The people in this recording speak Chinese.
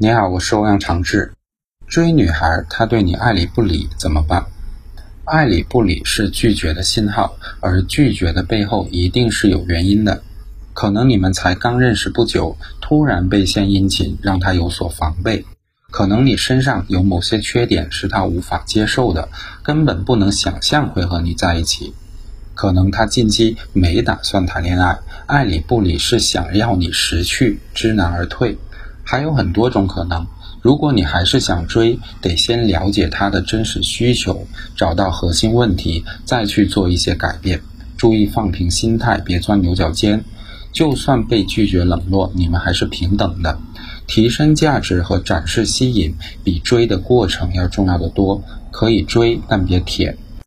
你好，我是欧阳长志。追女孩，她对你爱理不理怎么办？爱理不理是拒绝的信号，而拒绝的背后一定是有原因的。可能你们才刚认识不久，突然被献殷勤，让她有所防备。可能你身上有某些缺点是她无法接受的，根本不能想象会和你在一起。可能她近期没打算谈恋爱，爱理不理是想要你识趣，知难而退。还有很多种可能，如果你还是想追，得先了解他的真实需求，找到核心问题，再去做一些改变。注意放平心态，别钻牛角尖。就算被拒绝冷落，你们还是平等的。提升价值和展示吸引，比追的过程要重要得多。可以追，但别舔。